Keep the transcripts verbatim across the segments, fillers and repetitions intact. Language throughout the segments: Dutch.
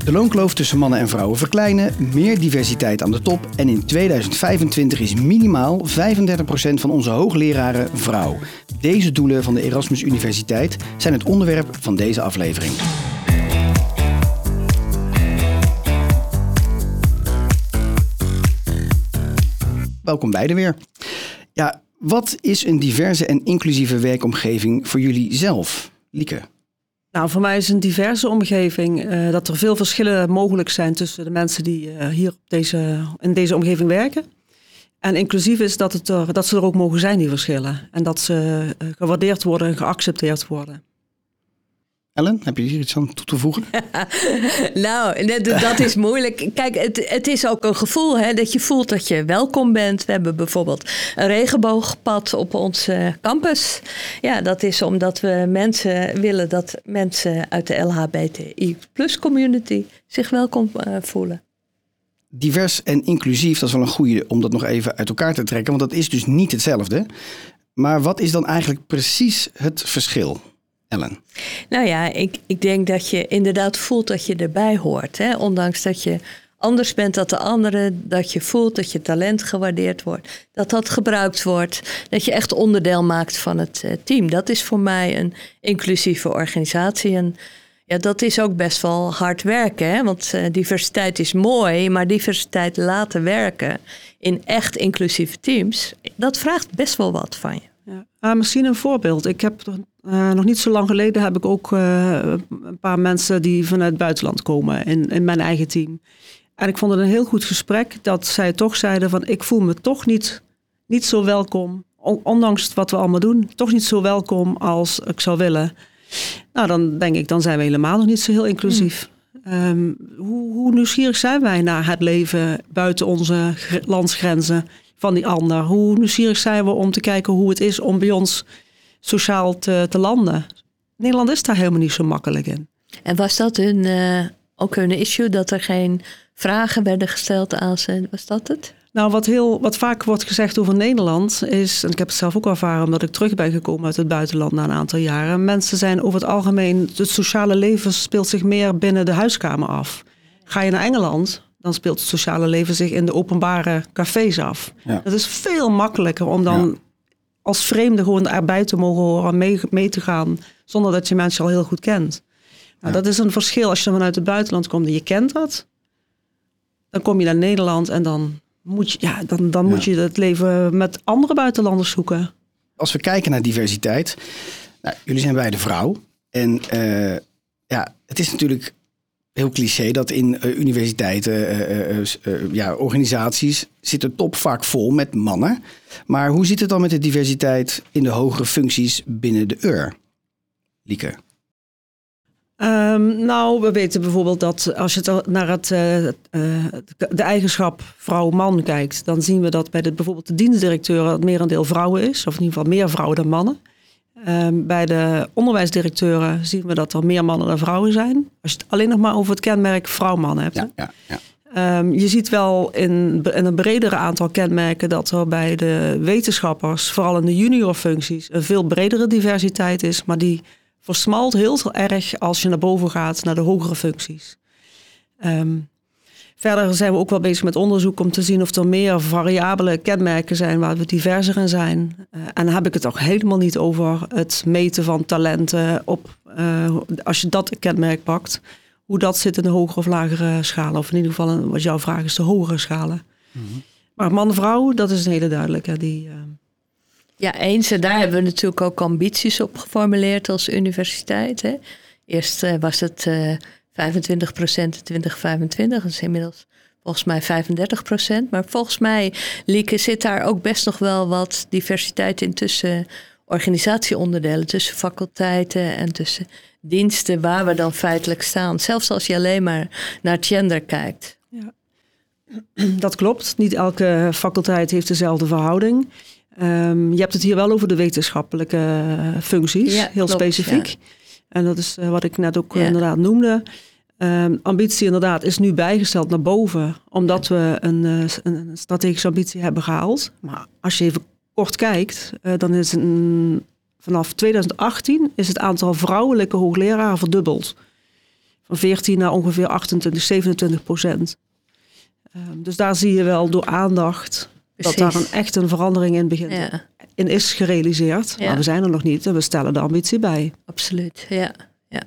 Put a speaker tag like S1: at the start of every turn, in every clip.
S1: De loonkloof tussen mannen en vrouwen verkleinen, meer diversiteit aan de top en in tweeduizend vijfentwintig is minimaal vijfendertig procent van onze hoogleraren vrouw. Deze doelen van de Erasmus Universiteit zijn het onderwerp van deze aflevering. Welkom beiden weer. Ja, wat is een diverse en inclusieve werkomgeving voor jullie zelf? Lieke?
S2: Nou, voor mij is een diverse omgeving uh, dat er veel verschillen mogelijk zijn tussen de mensen die uh, hier op deze, in deze omgeving werken. En inclusief is dat, het er, dat ze er ook mogen zijn, die verschillen. En dat ze uh, gewaardeerd worden en geaccepteerd worden.
S1: Ellen, heb je hier iets aan toe te voegen?
S3: Nou, dat, dat is moeilijk. Kijk, het, het is ook een gevoel hè, dat je voelt dat je welkom bent. We hebben bijvoorbeeld een regenboogpad op onze campus. Ja, dat is omdat we mensen willen dat mensen uit de L H B T I plus community zich welkom uh, voelen.
S1: Divers en inclusief, dat is wel een goede om dat nog even uit elkaar te trekken. Want dat is dus niet hetzelfde. Maar wat is dan eigenlijk precies het verschil? Ellen?
S3: Nou ja, ik, ik denk dat je inderdaad voelt dat je erbij hoort. Hè? Ondanks dat je anders bent dan de anderen. Dat je voelt dat je talent gewaardeerd wordt. Dat dat gebruikt wordt. Dat je echt onderdeel maakt van het uh, team. Dat is voor mij een inclusieve organisatie. En ja, dat is ook best wel hard werken. Hè? Want uh, diversiteit is mooi. Maar diversiteit laten werken in echt inclusieve teams. Dat vraagt best wel wat van je.
S2: Ja. Uh, misschien een voorbeeld. Ik heb uh, nog niet zo lang geleden heb ik ook uh, een paar mensen die vanuit het buitenland komen in, in mijn eigen team. En ik vond het een heel goed gesprek dat zij toch zeiden van ik voel me toch niet, niet zo welkom, ondanks wat we allemaal doen, toch niet zo welkom als ik zou willen. Nou, dan denk ik, dan zijn we helemaal nog niet zo heel inclusief. Mm. Um, hoe, hoe nieuwsgierig zijn wij naar het leven buiten onze gr- landsgrenzen? Van die ander. Hoe nieuwsgierig zijn we om te kijken hoe het is om bij ons sociaal te, te landen. Nederland is daar helemaal niet zo makkelijk in.
S3: En was dat een, uh, ook een issue dat er geen vragen werden gesteld aan ze? Was dat het?
S2: Nou, wat, heel, wat vaak wordt gezegd over Nederland is, en ik heb het zelf ook ervaren omdat ik terug ben gekomen uit het buitenland na een aantal jaren. Mensen zijn over het algemeen, het sociale leven speelt zich meer binnen de huiskamer af. Ga je naar Engeland, dan speelt het sociale leven zich in de openbare cafés af. Ja. Dat is veel makkelijker om dan ja. als vreemde gewoon erbij te mogen horen, mee, mee te gaan, zonder dat je mensen al heel goed kent. Nou, ja. Dat is een verschil als je vanuit het buitenland komt en je kent dat. Dan kom je naar Nederland en dan moet je, ja, dan, dan ja. moet je het leven met andere buitenlanders zoeken.
S1: Als we kijken naar diversiteit, nou, jullie zijn beide vrouw. En uh, ja, het is natuurlijk heel cliché dat in uh, universiteiten, uh, uh, uh, ja, organisaties zit de top vaak vol met mannen. Maar hoe zit het dan met de diversiteit in de hogere functies binnen de U R? Lieke?
S2: Um, nou, we weten bijvoorbeeld dat als je naar het, uh, uh, de eigenschap vrouw-man kijkt, dan zien we dat bij de, bijvoorbeeld de dienstdirecteuren het merendeel vrouwen is. Of in ieder geval meer vrouwen dan mannen. Um, bij de onderwijsdirecteuren zien we dat er meer mannen dan vrouwen zijn. Als je het alleen nog maar over het kenmerk vrouw-man hebt.
S1: Ja, ja, ja.
S2: Um, je ziet wel in, in een bredere aantal kenmerken dat er bij de wetenschappers, vooral in de juniorfuncties, een veel bredere diversiteit is. Maar die versmalt heel erg als je naar boven gaat, naar de hogere functies. Um, Verder zijn we ook wel bezig met onderzoek om te zien of er meer variabele kenmerken zijn waar we diverser in zijn. Uh, en dan heb ik het ook helemaal niet over het meten van talenten op, uh, als je dat kenmerk pakt, hoe dat zit in de hogere of lagere schalen. Of in ieder geval, wat jouw vraag is, de hogere schalen. Mm-hmm. Maar man-vrouw, dat is een hele duidelijke. Die, uh...
S3: Ja, eens. En daar hebben we natuurlijk ook ambities op geformuleerd als universiteit. Hè. Eerst uh, was het Uh, vijfentwintig procent in twintig vijfentwintig, dat is inmiddels volgens mij vijfendertig procent. Maar volgens mij, Lieke, zit daar ook best nog wel wat diversiteit in tussen organisatieonderdelen, tussen faculteiten en tussen diensten waar we dan feitelijk staan. Zelfs als je alleen maar naar gender kijkt.
S2: Ja. Dat klopt. Niet elke faculteit heeft dezelfde verhouding. Um, je hebt het hier wel over de wetenschappelijke functies, ja, heel klopt, specifiek. Ja. En dat is uh, wat ik net ook ja. inderdaad noemde. Um, ambitie inderdaad is nu bijgesteld naar boven, omdat we een, uh, een strategische ambitie hebben gehaald. Maar als je even kort kijkt, uh, dan is een, vanaf twintig achttien is het aantal vrouwelijke hoogleraren verdubbeld. van veertien naar ongeveer achtentwintig, zevenentwintig procent. Um, dus daar zie je wel door aandacht Precies. dat daar een, echt een verandering in begint. Ja. In is gerealiseerd, ja. maar we zijn er nog niet en we stellen de ambitie bij.
S3: Absoluut, ja. ja.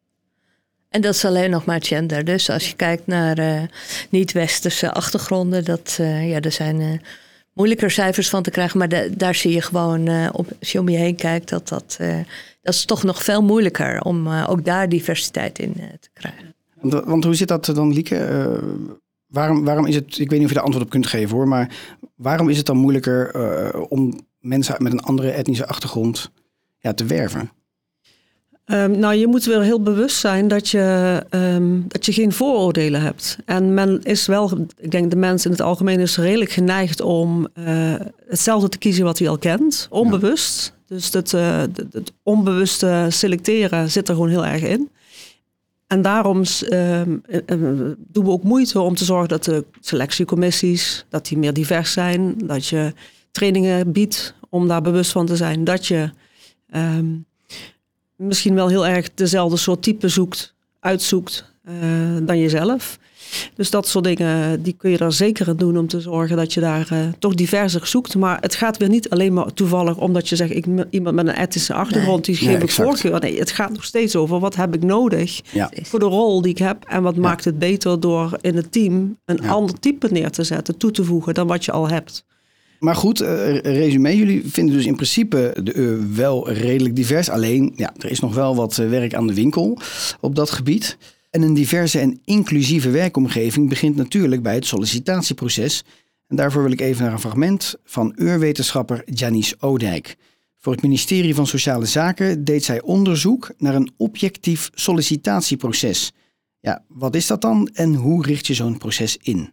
S3: En dat is alleen nog maar gender. Dus als je kijkt naar uh, niet-westerse achtergronden, dat, uh, ja, er zijn uh, moeilijker cijfers van te krijgen. Maar de, daar zie je gewoon, uh, op, als je om je heen kijkt, dat dat, uh, dat is toch nog veel moeilijker om uh, ook daar diversiteit in uh, te krijgen.
S1: Want, want hoe zit dat dan, Lieke? Uh, waarom, waarom is het, ik weet niet of je er antwoord op kunt geven hoor, maar waarom is het dan moeilijker uh, om mensen met een andere etnische achtergrond ja, te werven?
S2: Um, nou, je moet wel heel bewust zijn dat je, um, dat je geen vooroordelen hebt. En men is wel, ik denk de mens in het algemeen is redelijk geneigd om uh, hetzelfde te kiezen wat hij al kent, onbewust. Ja. Dus het, uh, het onbewuste selecteren zit er gewoon heel erg in. En daarom um, um, doen we ook moeite om te zorgen dat de selectiecommissies, dat die meer divers zijn, dat je trainingen biedt om daar bewust van te zijn, dat je um, misschien wel heel erg dezelfde soort type zoekt, uitzoekt uh, dan jezelf. Dus dat soort dingen, die kun je daar zeker in doen om te zorgen dat je daar uh, toch diverser zoekt. Maar het gaat weer niet alleen maar toevallig omdat je zegt, ik, iemand met een etnische achtergrond, die geef ik voorkeur. Nee, het gaat nog steeds over wat heb ik nodig ja. voor de rol die ik heb. En wat ja. maakt het beter door in het team een ja. ander type neer te zetten, toe te voegen dan wat je al hebt.
S1: Maar goed, uh, resume, jullie vinden dus in principe de U W wel redelijk divers. Alleen, ja, er is nog wel wat uh, werk aan de winkel op dat gebied. En een diverse en inclusieve werkomgeving begint natuurlijk bij het sollicitatieproces. En daarvoor wil ik even naar een fragment van U R-wetenschapper Janice Oudijk. Voor het ministerie van Sociale Zaken deed zij onderzoek naar een objectief sollicitatieproces. Ja, wat is dat dan en hoe richt je zo'n proces in?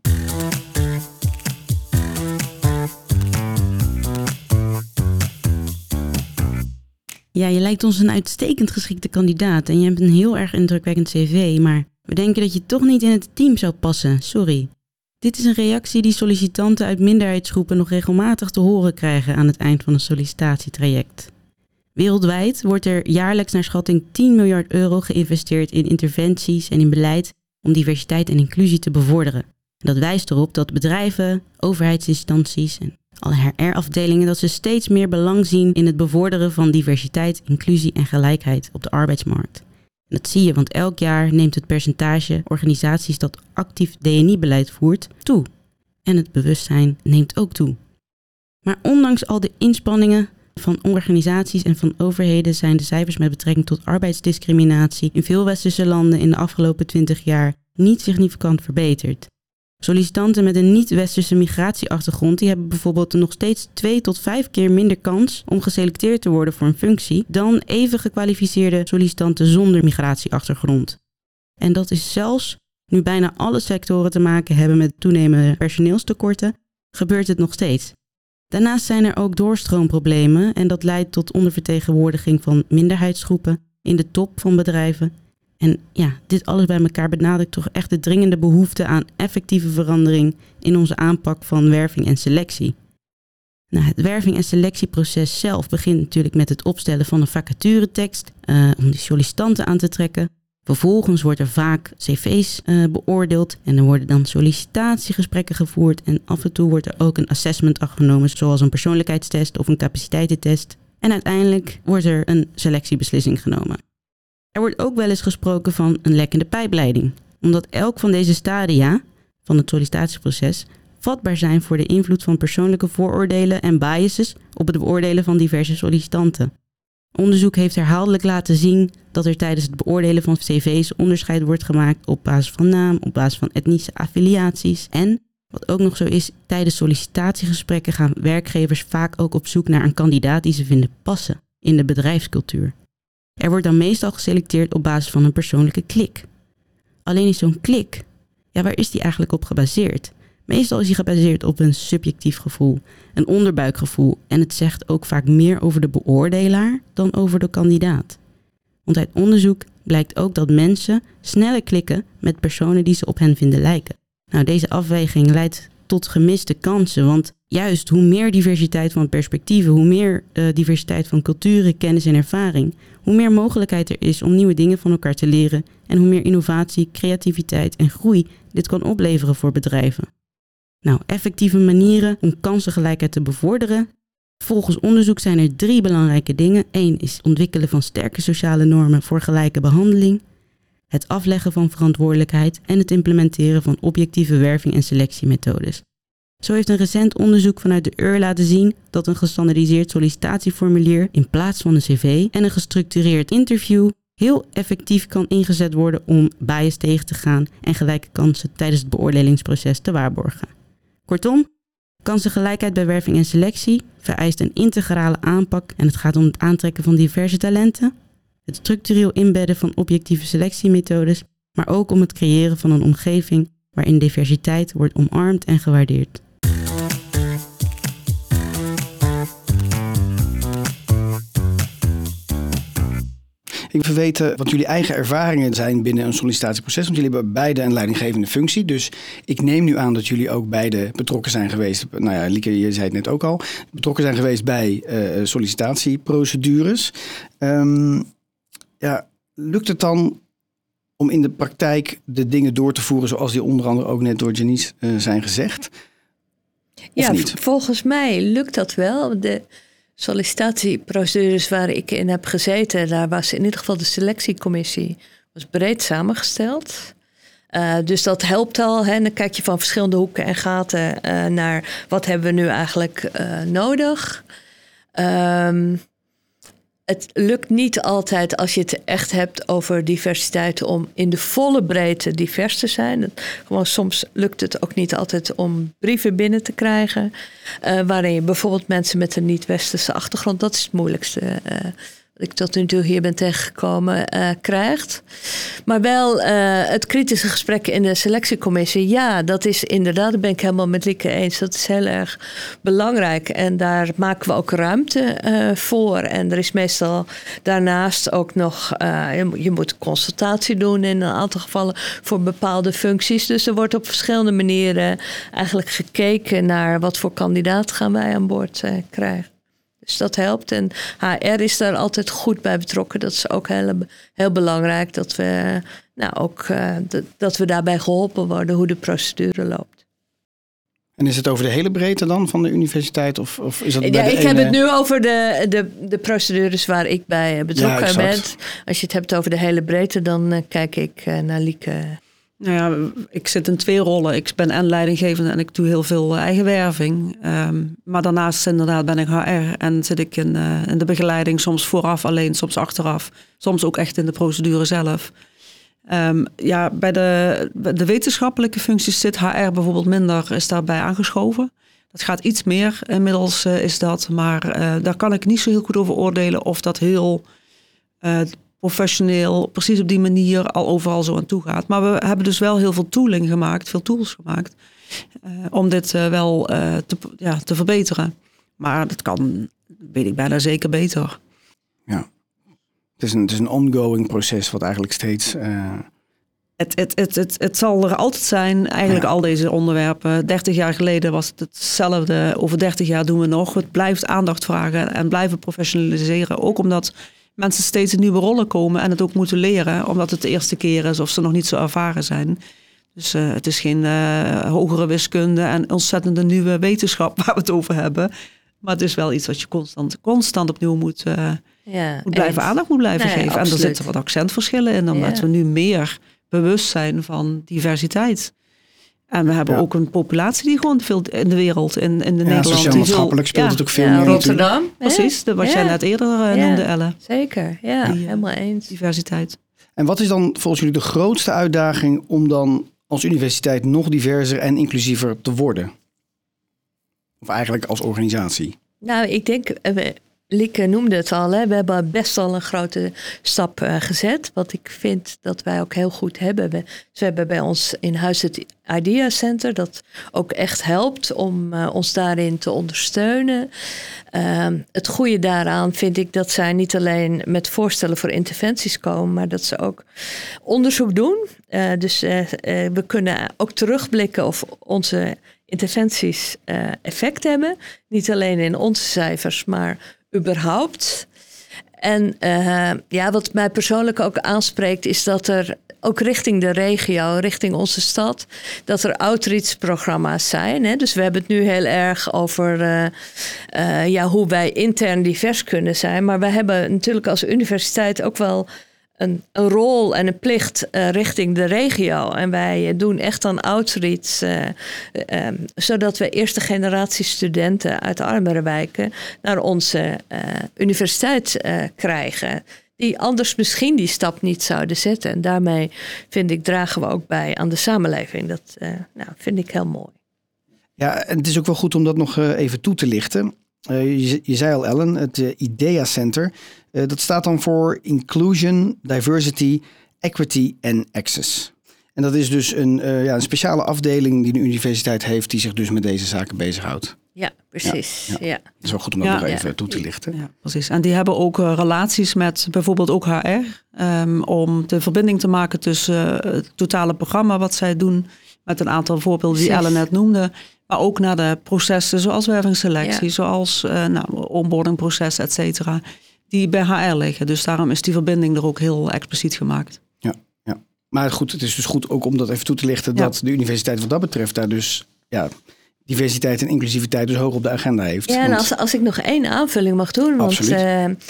S4: Ja, je lijkt ons een uitstekend geschikte kandidaat en je hebt een heel erg indrukwekkend cv, maar we denken dat je toch niet in het team zou passen, sorry. Dit is een reactie die sollicitanten uit minderheidsgroepen nog regelmatig te horen krijgen aan het eind van een sollicitatietraject. Wereldwijd wordt er jaarlijks naar schatting tien miljard euro geïnvesteerd in interventies en in beleid om diversiteit en inclusie te bevorderen. Dat wijst erop dat bedrijven, overheidsinstanties en alle H R-afdelingen dat ze steeds meer belang zien in het bevorderen van diversiteit, inclusie en gelijkheid op de arbeidsmarkt. En dat zie je, want elk jaar neemt het percentage organisaties dat actief D en I-beleid voert toe. En het bewustzijn neemt ook toe. Maar ondanks al de inspanningen van organisaties en van overheden zijn de cijfers met betrekking tot arbeidsdiscriminatie in veel westerse landen in de afgelopen twintig jaar niet significant verbeterd. Sollicitanten met een niet-westerse migratieachtergrond die hebben bijvoorbeeld nog steeds twee tot vijf keer minder kans om geselecteerd te worden voor een functie dan even gekwalificeerde sollicitanten zonder migratieachtergrond. En dat is zelfs nu bijna alle sectoren te maken hebben met toenemende personeelstekorten, gebeurt het nog steeds. Daarnaast zijn er ook doorstroomproblemen en dat leidt tot ondervertegenwoordiging van minderheidsgroepen in de top van bedrijven. En ja, dit alles bij elkaar benadrukt toch echt de dringende behoefte aan effectieve verandering in onze aanpak van werving en selectie. Nou, het werving- en selectieproces zelf begint natuurlijk met het opstellen van een vacaturetekst uh, om die sollicitanten aan te trekken. Vervolgens wordt er vaak cv's uh, beoordeeld en er worden dan sollicitatiegesprekken gevoerd en af en toe wordt er ook een assessment afgenomen zoals een persoonlijkheidstest of een capaciteitentest. En uiteindelijk wordt er een selectiebeslissing genomen. Er wordt ook wel eens gesproken van een lekkende pijpleiding, omdat elk van deze stadia van het sollicitatieproces vatbaar zijn voor de invloed van persoonlijke vooroordelen en biases op het beoordelen van diverse sollicitanten. Onderzoek heeft herhaaldelijk laten zien dat er tijdens het beoordelen van cv's onderscheid wordt gemaakt op basis van naam, op basis van etnische affiliaties en, wat ook nog zo is, tijdens sollicitatiegesprekken gaan werkgevers vaak ook op zoek naar een kandidaat die ze vinden passen in de bedrijfscultuur. Er wordt dan meestal geselecteerd op basis van een persoonlijke klik. Alleen is zo'n klik, ja, waar is die eigenlijk op gebaseerd? Meestal is die gebaseerd op een subjectief gevoel, een onderbuikgevoel en het zegt ook vaak meer over de beoordelaar dan over de kandidaat. Want uit onderzoek blijkt ook dat mensen sneller klikken met personen die ze op hen vinden lijken. Nou, deze afweging leidt tot gemiste kansen. Want juist hoe meer diversiteit van perspectieven, hoe meer uh, diversiteit van culturen, kennis en ervaring, hoe meer mogelijkheid er is om nieuwe dingen van elkaar te leren en hoe meer innovatie, creativiteit en groei dit kan opleveren voor bedrijven. Nou, effectieve manieren om kansengelijkheid te bevorderen. Volgens onderzoek zijn er drie belangrijke dingen. Eén is ontwikkelen van sterke sociale normen voor gelijke behandeling, het afleggen van verantwoordelijkheid en het implementeren van objectieve werving- en selectiemethodes. Zo heeft een recent onderzoek vanuit de U R laten zien dat een gestandaardiseerd sollicitatieformulier in plaats van een cv en een gestructureerd interview heel effectief kan ingezet worden om bias tegen te gaan en gelijke kansen tijdens het beoordelingsproces te waarborgen. Kortom, kansengelijkheid bij werving en selectie vereist een integrale aanpak en het gaat om het aantrekken van diverse talenten, het structureel inbedden van objectieve selectiemethodes, maar ook om het creëren van een omgeving waarin diversiteit wordt omarmd en gewaardeerd.
S1: Ik wil weten wat jullie eigen ervaringen zijn binnen een sollicitatieproces. Want jullie hebben beide een leidinggevende functie. Dus ik neem nu aan dat jullie ook beide betrokken zijn geweest. Nou ja, Lieke, je zei het net ook al. Betrokken zijn geweest bij uh, sollicitatieprocedures. Um, ja, lukt het dan om in de praktijk de dingen door te voeren zoals die onder andere ook net door Janice uh, zijn gezegd? Of
S3: ja,
S1: niet?
S3: v- volgens mij lukt dat wel. De sollicitatieprocedures waar ik in heb gezeten, daar was in ieder geval de selectiecommissie was breed samengesteld. Uh, dus dat helpt al. Hè? Dan kijk je van verschillende hoeken en gaten uh, naar wat hebben we nu eigenlijk uh, nodig. Um, Het lukt niet altijd als je het echt hebt over diversiteit om in de volle breedte divers te zijn. Gewoon soms lukt het ook niet altijd om brieven binnen te krijgen. Uh, waarin je bijvoorbeeld mensen met een niet-westerse achtergrond, dat is het moeilijkste uh, wat ik tot nu toe hier ben tegengekomen, uh, krijgt. Maar wel uh, het kritische gesprek in de selectiecommissie. Ja, dat is inderdaad, daar ben ik helemaal met Lieke eens. Dat is heel erg belangrijk. En daar maken we ook ruimte uh, voor. En er is meestal daarnaast ook nog, uh, je, je moet consultatie doen in een aantal gevallen voor bepaalde functies. Dus er wordt op verschillende manieren eigenlijk gekeken naar wat voor kandidaat gaan wij aan boord uh, krijgen. Dus dat helpt. En H R is daar altijd goed bij betrokken. Dat is ook heel, heel belangrijk. Dat we, nou, ook, uh, d- dat we daarbij geholpen worden hoe de procedure loopt.
S1: En is het over de hele breedte dan van de universiteit? Of, of is dat
S3: Ja,
S1: bij de
S3: ik
S1: ene...
S3: heb het nu over de, de, de procedures waar ik bij betrokken
S1: Ja,
S3: ben. Als je het hebt over de hele breedte, dan uh, kijk ik uh, naar Lieke.
S2: Nou ja, ik zit in twee rollen. Ik ben en leidinggevende en ik doe heel veel uh, eigen werving. Um, maar daarnaast inderdaad ben ik H R en zit ik in, uh, in de begeleiding. Soms vooraf alleen, soms achteraf. Soms ook echt in de procedure zelf. Um, ja, bij de, bij de wetenschappelijke functies zit H R bijvoorbeeld minder, is daarbij aangeschoven. Dat gaat iets meer inmiddels uh, is dat. Maar uh, daar kan ik niet zo heel goed over oordelen of dat heel Uh, professioneel, precies op die manier al overal zo aan toe gaat. Maar we hebben dus wel heel veel tooling gemaakt, veel tools gemaakt, uh, om dit uh, wel uh, te, ja, te verbeteren. Maar dat kan, weet ik bijna zeker beter.
S1: Ja, het is een, het is een ongoing proces wat eigenlijk steeds... Uh...
S2: Het, het, het, het, het zal er altijd zijn, eigenlijk ja. al deze onderwerpen. dertig jaar geleden was het hetzelfde, over dertig jaar doen we nog. Het blijft aandacht vragen en blijven professionaliseren. Ook omdat mensen steeds in nieuwe rollen komen en het ook moeten leren, omdat het de eerste keer is of ze nog niet zo ervaren zijn. Dus uh, het is geen uh, hogere wiskunde en ontzettende nieuwe wetenschap waar we het over hebben. Maar het is wel iets wat je constant, constant opnieuw moet, uh,
S3: ja,
S2: moet blijven aandacht moet blijven
S3: nee,
S2: geven.
S3: absoluut.
S2: En er zitten wat accentverschillen in, omdat ja. we nu meer bewust zijn van diversiteit. En we hebben ja. ook een populatie die gewoon veel in de wereld, in, in de
S1: ja,
S2: Nederland.
S1: Sociaal-maatschappelijk speelt
S2: ja.
S1: het ook veel
S3: ja,
S1: meer.
S3: Rotterdam.
S2: Precies, de, wat ja. jij net eerder uh,
S3: ja.
S2: noemde, Elle.
S3: Zeker, ja,
S2: Die, uh,
S3: helemaal eens.
S2: Diversiteit.
S1: En wat is dan volgens jullie de grootste uitdaging om dan als universiteit nog diverser en inclusiever te worden? Of eigenlijk als organisatie?
S3: Nou, ik denk, Lieke noemde het al, hè. We hebben best al een grote stap uh, gezet. Wat ik vind dat wij ook heel goed hebben. We, we hebben bij ons in huis het Idea Center, dat ook echt helpt om uh, ons daarin te ondersteunen. Uh, het goede daaraan vind ik dat zij niet alleen met voorstellen voor interventies komen, maar dat ze ook onderzoek doen. Uh, dus uh, uh, we kunnen ook terugblikken of onze interventies uh, effect hebben. Niet alleen in onze cijfers, maar überhaupt. En uh, ja, wat mij persoonlijk ook aanspreekt, is dat er ook richting de regio, richting onze stad, dat er outreach-programma's zijn. Hè? Dus we hebben het nu heel erg over uh, uh, ja, hoe wij intern divers kunnen zijn. Maar wij hebben natuurlijk als universiteit ook wel een, een rol en een plicht uh, richting de regio. En wij doen echt aan outreach, uh, uh, zodat we eerste generatie studenten uit armere wijken naar onze uh, universiteit uh, krijgen. Die anders misschien die stap niet zouden zetten. En daarmee, vind ik, dragen we ook bij aan de samenleving. Dat uh, nou, vind ik heel mooi.
S1: Ja, en het is ook wel goed om dat nog uh, even toe te lichten. Uh, je, je zei al, Ellen, het uh, Idea Center. Uh, dat staat dan voor Inclusion, Diversity, Equity en Access. En dat is dus een, uh, ja, een speciale afdeling die de universiteit heeft, die zich dus met deze zaken bezighoudt.
S3: Ja, precies. Ja, ja.
S1: Ja. Het is wel goed om dat
S2: ja,
S1: nog even
S3: ja.
S1: toe te lichten.
S2: Ja, precies. En die hebben ook uh, relaties met bijvoorbeeld ook H R. Um, om de verbinding te maken tussen uh, het totale programma wat zij doen. Met een aantal voorbeelden die
S3: Precies.
S2: Ellen net noemde. Maar ook naar de processen zoals wervingsselectie. Ja. Zoals uh, nou, onboardingproces, et cetera. Die bij H R liggen. Dus daarom is die verbinding er ook heel expliciet gemaakt.
S1: Ja, ja. Maar goed, het is dus goed ook om dat even toe te lichten.
S2: Ja.
S1: Dat de universiteit wat dat betreft daar dus... ja. diversiteit en inclusiviteit dus hoog op de agenda heeft.
S3: Ja, en als, als ik nog één aanvulling mag doen. Want uh,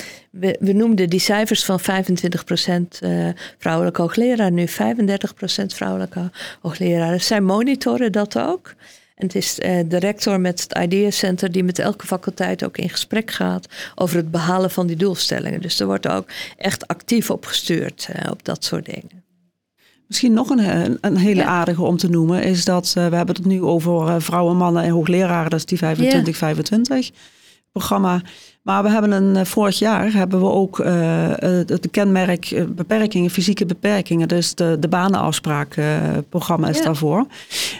S3: we, we noemden die cijfers van vijfentwintig procent uh, vrouwelijke hoogleraar. Nu vijfendertig procent vrouwelijke hoogleraren. Zij monitoren dat ook. En het is uh, de rector met het Idea Center die met elke faculteit ook in gesprek gaat over het behalen van die doelstellingen. Dus er wordt ook echt actief op gestuurd uh, op dat soort dingen.
S2: Misschien nog een, een hele
S3: ja.
S2: aardige om te noemen is dat uh, we hebben het nu over uh, vrouwen, mannen en hoogleraren. Dat is die vijfentwintig vijfentwintig programma. Maar we hebben een, uh, vorig jaar hebben we ook uh, het uh, kenmerk uh, beperkingen, fysieke beperkingen. Dus de, de banenafspraak uh, programma is ja. daarvoor.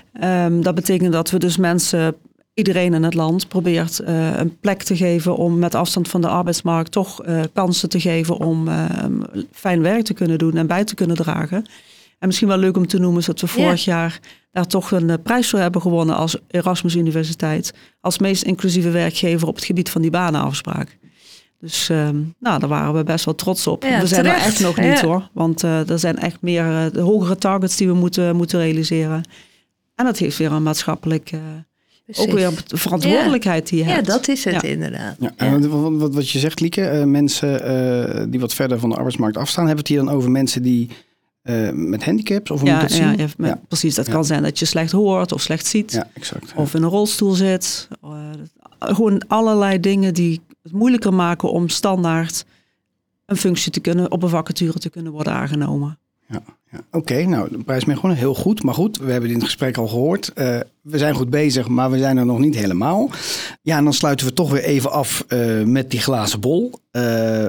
S2: Um, dat betekent dat we dus mensen, iedereen in het land probeert uh, een plek te geven om met afstand van de arbeidsmarkt toch uh, kansen te geven om uh, fijn werk te kunnen doen en bij te kunnen dragen. En misschien wel leuk om te noemen is dat we vorig ja. jaar daar toch een uh, prijs voor hebben gewonnen als Erasmus Universiteit. Als meest inclusieve werkgever op het gebied van die banenafspraak. Dus uh, nou, daar waren we best wel trots op.
S3: Ja,
S2: we zijn
S3: terecht.
S2: er echt nog niet
S3: ja.
S2: hoor. Want uh, er zijn echt meer uh, de hogere targets die we moeten, moeten realiseren. En dat heeft weer een maatschappelijk... Uh, ook weer een verantwoordelijkheid
S3: ja.
S2: die je
S3: ja,
S2: hebt.
S3: Ja, dat is het
S2: ja.
S3: inderdaad.
S1: Ja, en ja. wat, wat, wat je zegt, Lieke, uh, mensen uh, die wat verder van de arbeidsmarkt afstaan, hebben we het hier dan over mensen die uh, met handicaps? Of hoe
S2: ja,
S1: moet dat
S2: ja,
S1: zien?
S2: ja, met, ja, precies. Dat ja. kan zijn dat je slecht hoort of slecht ziet.
S1: Ja, exact.
S2: Of in een rolstoel zit. Uh, gewoon allerlei dingen die het moeilijker maken om standaard een functie te kunnen, op een vacature te kunnen worden aangenomen.
S1: Ja, ja. Oké, okay, nou, de prijs ben gewoon heel goed. Maar goed, we hebben dit in het gesprek al gehoord. Uh, we zijn goed bezig, maar we zijn er nog niet helemaal. Ja, en dan sluiten we toch weer even af uh, met die glazen bol. Uh,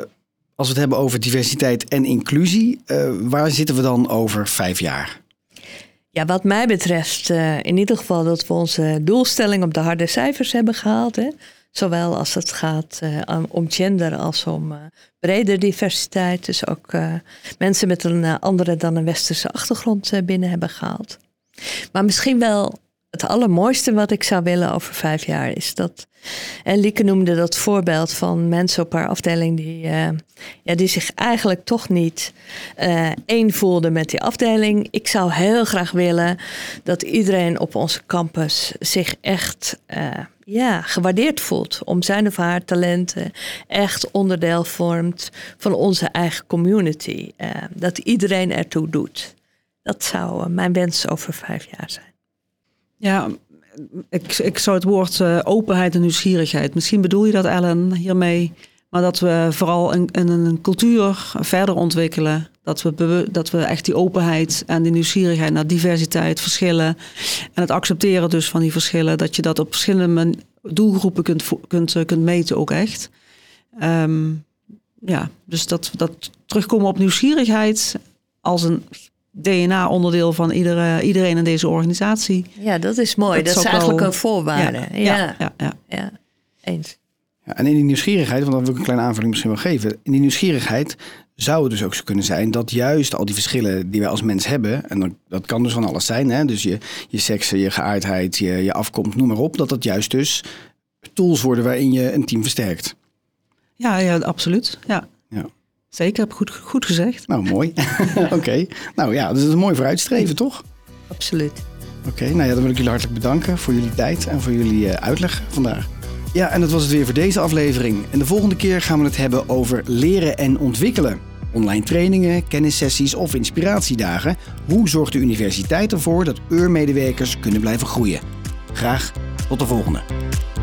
S1: als we het hebben over diversiteit en inclusie, uh, waar zitten we dan over vijf jaar?
S3: Ja, wat mij betreft uh, in ieder geval dat we onze doelstelling op de harde cijfers hebben gehaald. Hè? Zowel als het gaat uh, om gender als om uh, brede diversiteit. Dus ook uh, mensen met een uh, andere dan een westerse achtergrond uh, binnen hebben gehaald. Maar misschien wel het allermooiste wat ik zou willen over vijf jaar is dat... En Lieke noemde dat voorbeeld van mensen op haar afdeling die, uh, ja, die zich eigenlijk toch niet uh, één voelden met die afdeling. Ik zou heel graag willen dat iedereen op onze campus zich echt uh, ja, gewaardeerd voelt. Om zijn of haar talenten echt onderdeel vormt van onze eigen community. Uh, dat iedereen ertoe doet. Dat zou uh, mijn wens over vijf jaar zijn.
S2: Ja, ik, ik zou het woord uh, openheid en nieuwsgierigheid. Misschien bedoel je dat, Ellen, hiermee. Maar dat we vooral een, een, een cultuur verder ontwikkelen. Dat we, bewe- dat we echt die openheid en die nieuwsgierigheid naar diversiteit, verschillen. En het accepteren dus van die verschillen. Dat je dat op verschillende doelgroepen kunt, kunt, kunt meten ook echt. Um, ja, dus dat, dat terugkomen op nieuwsgierigheid als een D N A-onderdeel van iedere, iedereen in deze organisatie.
S3: Ja, dat is mooi. Dat, dat is eigenlijk wel een voorwaarde. Ja, ja, ja, ja, ja. ja. Eens.
S1: Ja, en in die nieuwsgierigheid, want dan wil ik een kleine aanvulling misschien wel geven. In die nieuwsgierigheid zou het dus ook zo kunnen zijn dat juist al die verschillen die wij als mens hebben, en dat, dat kan dus van alles zijn, hè? Dus je, je seks, je geaardheid, je, je afkomst, noem maar op, dat dat juist dus tools worden waarin je een team versterkt.
S2: Ja, ja, absoluut. Ja.
S1: Ja.
S2: Zeker, heb ik goed, goed gezegd.
S1: Nou, mooi. Oké. Okay. Nou ja, dat is een mooi vooruitstreven, toch?
S3: Absoluut.
S1: Oké, okay, nou ja, dan wil ik jullie hartelijk bedanken voor jullie tijd en voor jullie uh, uitleg vandaag. Ja, en dat was het weer voor deze aflevering. En de volgende keer gaan we het hebben over leren en ontwikkelen. Online trainingen, kennissessies of inspiratiedagen. Hoe zorgt de universiteit ervoor dat U R medewerkers kunnen blijven groeien? Graag tot de volgende.